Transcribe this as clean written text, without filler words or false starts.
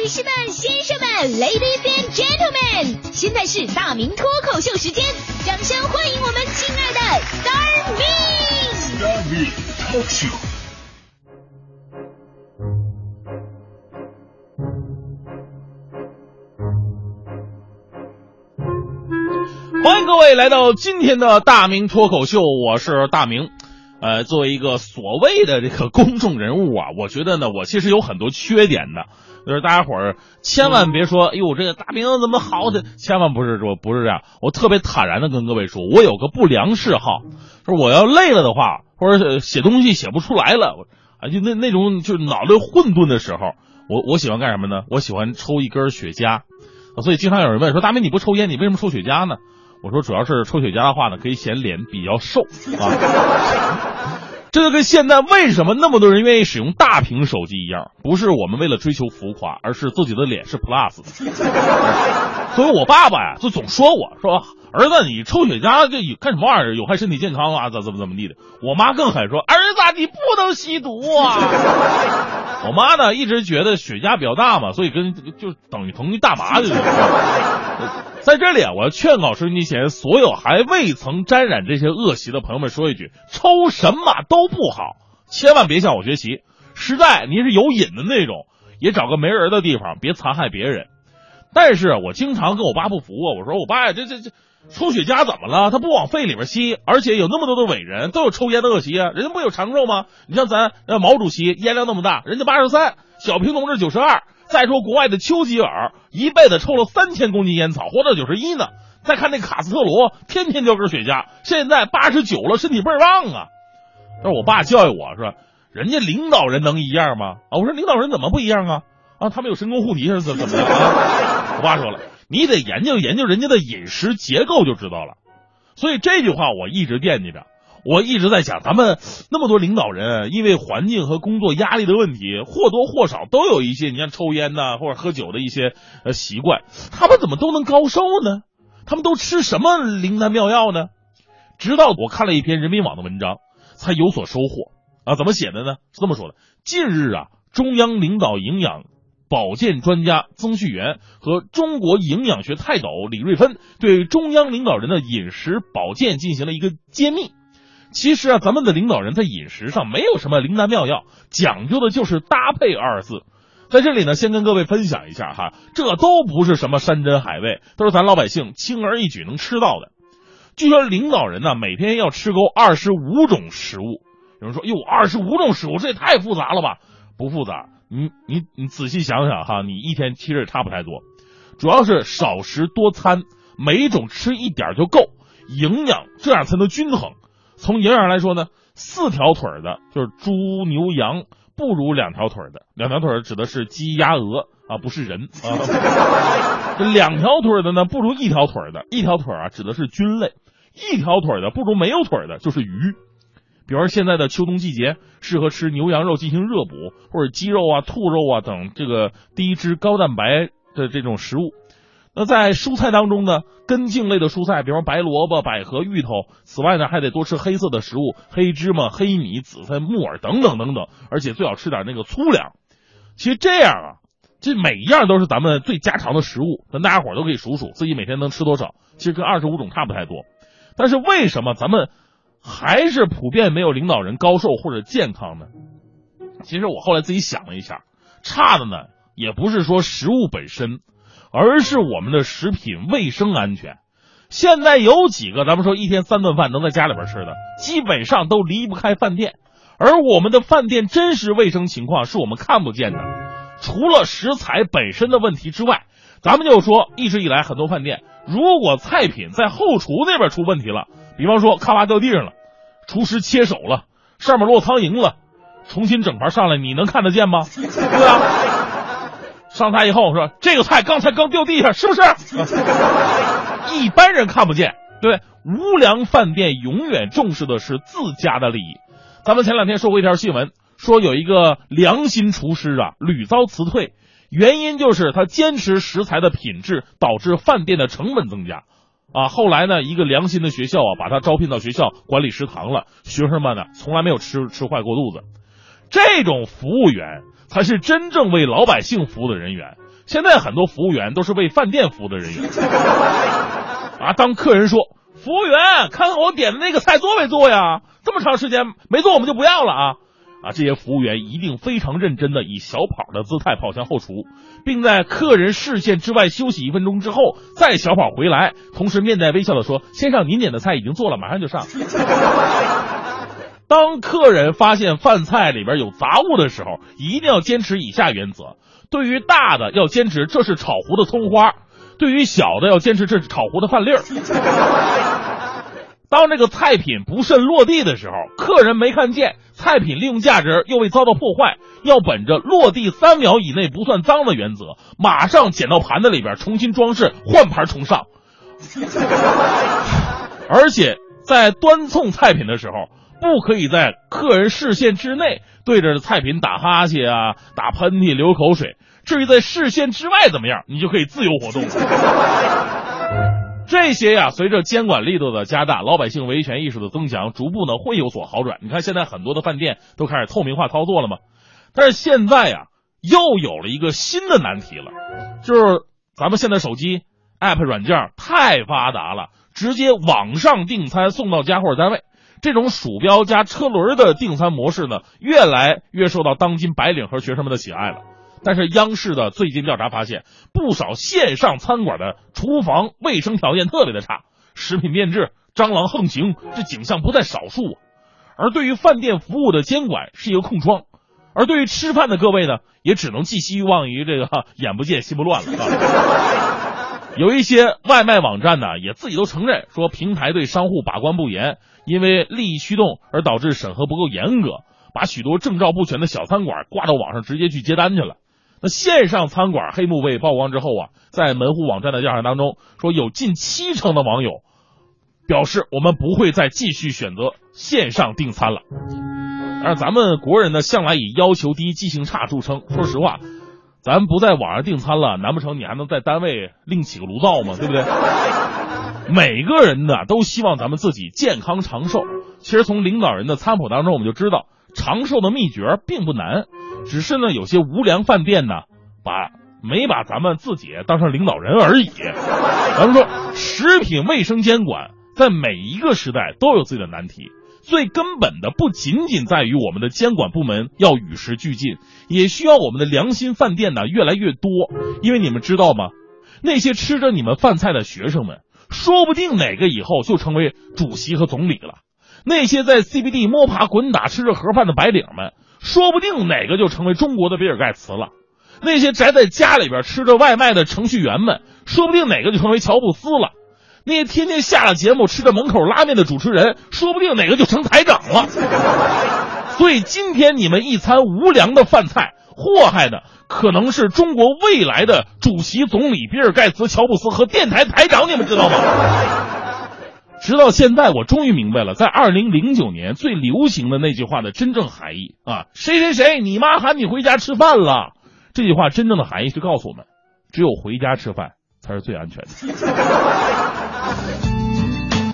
女士们、先生们 ，Ladies and Gentlemen， 现在是大明脱口秀时间，掌声欢迎我们亲爱的 Star Me。Talk Show。 欢迎各位来到今天的大明脱口秀，我是大明。作为一个所谓的这个公众人物啊，我觉得呢，我其实有很多缺点的。就是大家伙儿千万别说，哎呦，这个大明怎么好的，千万不是这样。我特别坦然的跟各位说，我有个不良嗜好，说我要累了的话，或者写东西写不出来了，就那种就是脑袋混沌的时候，我喜欢干什么呢？我喜欢抽一根雪茄。所以经常有人问说，大明你不抽烟，你为什么抽雪茄呢？我说主要是抽雪茄的话呢，可以显脸比较瘦啊。这就跟现在为什么那么多人愿意使用大屏手机一样，不是我们为了追求浮夸，而是自己的脸是 Plus 的。所以我爸爸呀就总说我说，儿子你抽雪茄这干什么玩意儿，有害身体健康啊，怎么地的。我妈更狠说，儿子你不能吸毒啊。我妈呢一直觉得雪茄比较大嘛，所以就等于大麻的。在这里啊，我要劝告收音机前所有还未曾沾染这些恶习的朋友们说一句，抽什么都不好，千万别向我学习。实在你是有瘾的那种，也找个没人的地方，别残害别人。但是我经常跟我爸不服啊，我说我爸呀，这抽雪茄怎么了？他不往肺里边吸，而且有那么多的伟人都有抽烟的恶习啊，人家不有长寿吗？你像咱毛主席烟量那么大，人家83，小平同志92。再说国外的丘吉尔一辈子抽了3000公斤烟草，活到91呢。再看那卡斯特罗，天天就根雪茄，现在89了，身体倍儿棒啊。但是我爸教育我说，人家领导人能一样吗？我说领导人怎么不一样啊？他们有神功护体是怎么样啊？我爸说了，你得研究研究人家的饮食结构就知道了。所以这句话我一直惦记着。我一直在想，咱们那么多领导人，因为环境和工作压力的问题，或多或少都有一些你像抽烟呐或者喝酒的一些习惯，他们怎么都能高寿呢？他们都吃什么灵丹妙药呢？直到我看了一篇人民网的文章，才有所收获啊！怎么写的呢？是这么说的：近日啊，中央领导营养保健专家曾旭元和中国营养学泰斗李瑞芬对中央领导人的饮食保健进行了一个揭秘。其实啊，咱们的领导人在饮食上没有什么灵丹妙药，讲究的就是搭配2字。在这里呢，先跟各位分享一下哈，这都不是什么山珍海味，都是咱老百姓轻而易举能吃到的。据说领导人呢，每天要吃够25种食物。有人说，哟，25种食物，这也太复杂了吧？不复杂，你仔细想想哈，你一天其实也差不太多。主要是少食多餐，每一种吃一点就够，营养这样才能均衡。从营养来说呢，4条腿的就是猪牛羊，不如2条腿的。2条腿指的是鸡鸭鹅啊，不是人啊。这2条腿的呢，不如1条腿的。1条腿啊，指的是菌类。1条腿的不如没有腿的，就是鱼。比如现在的秋冬季节，适合吃牛羊肉进行热补，或者鸡肉啊、兔肉啊等这个低脂高蛋白的这种食物。那在蔬菜当中呢，根茎类的蔬菜，比如白萝卜、百合、芋头，此外呢还得多吃黑色的食物，黑芝麻、黑米、紫菜、木耳等等等等，而且最好吃点那个粗粮。其实这样啊，这每一样都是咱们最家常的食物，咱大家伙都可以数数自己每天能吃多少，其实跟25种差不太多。但是为什么咱们还是普遍没有领导人高寿或者健康呢？其实我后来自己想了一下，差的呢也不是说食物本身，而是我们的食品卫生安全。现在有几个咱们说一天3顿饭能在家里边吃的，基本上都离不开饭店，而我们的饭店真实卫生情况是我们看不见的。除了食材本身的问题之外，咱们就说一直以来很多饭店，如果菜品在后厨那边出问题了，比方说咔吧掉地上了，厨师切手了，上面落苍蝇了，重新整盘上来，你能看得见吗？对啊，上菜以后说这个菜刚才掉地上，是不是？一般人看不见。对，无良饭店永远重视的是自家的利益。咱们前2天说过一条新闻，说有一个良心厨师啊屡遭辞退，原因就是他坚持食材的品质，导致饭店的成本增加。后来呢，一个良心的学校把他招聘到学校管理食堂了，学生们呢从来没有吃坏过肚子。这种服务员才是真正为老百姓服务的人员。 现在很多服务员都是为饭店服务的人员啊，当客人说服务员看看我点的那个菜做没做呀，这么长时间没做我们就不要了啊，这些服务员一定非常认真的以小跑的姿态跑向后厨，并在客人视线之外休息1分钟之后再小跑回来，同时面带微笑的说，先生您点的菜已经做了，马上就上。当客人发现饭菜里边有杂物的时候，一定要坚持以下原则，对于大的要坚持这是炒糊的葱花，对于小的要坚持这是炒糊的饭粒儿。当这个菜品不慎落地的时候，客人没看见，菜品利用价值又未遭到破坏，要本着落地3秒以内不算脏的原则，马上捡到盘子里边重新装饰，换盘重上。而且在端送菜品的时候，不可以在客人视线之内对着菜品打哈欠啊、打喷嚏、流口水，至于在视线之外怎么样，你就可以自由活动了。这些呀，随着监管力度的加大，老百姓维权意识的增强，逐步呢会有所好转。你看现在很多的饭店都开始透明化操作了嘛，但是现在呀又有了一个新的难题了，就是咱们现在手机 app 软件太发达了，直接网上订餐送到家或者单位，这种鼠标加车轮的订餐模式呢，越来越受到当今白领和学生们的喜爱了。但是央视的最近调查发现，不少线上餐馆的厨房卫生条件特别的差，食品变质、蟑螂横行，这景象不在少数啊。而对于饭店服务的监管是一个空窗，而对于吃饭的各位呢，也只能寄希望于这个眼不见心不乱了。有一些外卖网站呢，也自己都承认说平台对商户把关不严，因为利益驱动而导致审核不够严格，把许多证照不全的小餐馆挂到网上直接去接单去了。那线上餐馆黑幕被曝光之后啊，在门户网站的调查当中说，有近70%的网友表示我们不会再继续选择线上订餐了。而咱们国人呢，向来以要求低、记性差著称。说实话，咱不在网上订餐了，难不成你还能在单位另起个炉灶吗？对不对？每个人呢都希望咱们自己健康长寿。其实从领导人的餐谱当中我们就知道，长寿的秘诀并不难，只是呢有些无良饭店呢没把咱们自己当成领导人而已。咱们说食品卫生监管在每一个时代都有自己的难题，最根本的不仅仅在于我们的监管部门要与时俱进，也需要我们的良心饭店呢越来越多。因为你们知道吗，那些吃着你们饭菜的学生们，说不定哪个以后就成为主席和总理了。那些在 CBD 摸爬滚打吃着盒饭的白领们，说不定哪个就成为中国的比尔盖茨了。那些宅在家里边吃着外卖的程序员们，说不定哪个就成为乔布斯了。那些天天下了节目吃着门口拉面的主持人，说不定哪个就成台长了。所以今天你们一餐无良的饭菜，祸害的可能是中国未来的主席、总理、比尔盖茨、乔布斯和电台台长，你们知道吗？直到现在我终于明白了，在2009年最流行的那句话的真正含义啊，谁谁谁你妈喊你回家吃饭了。这句话真正的含义是告诉我们，只有回家吃饭才是最安全的。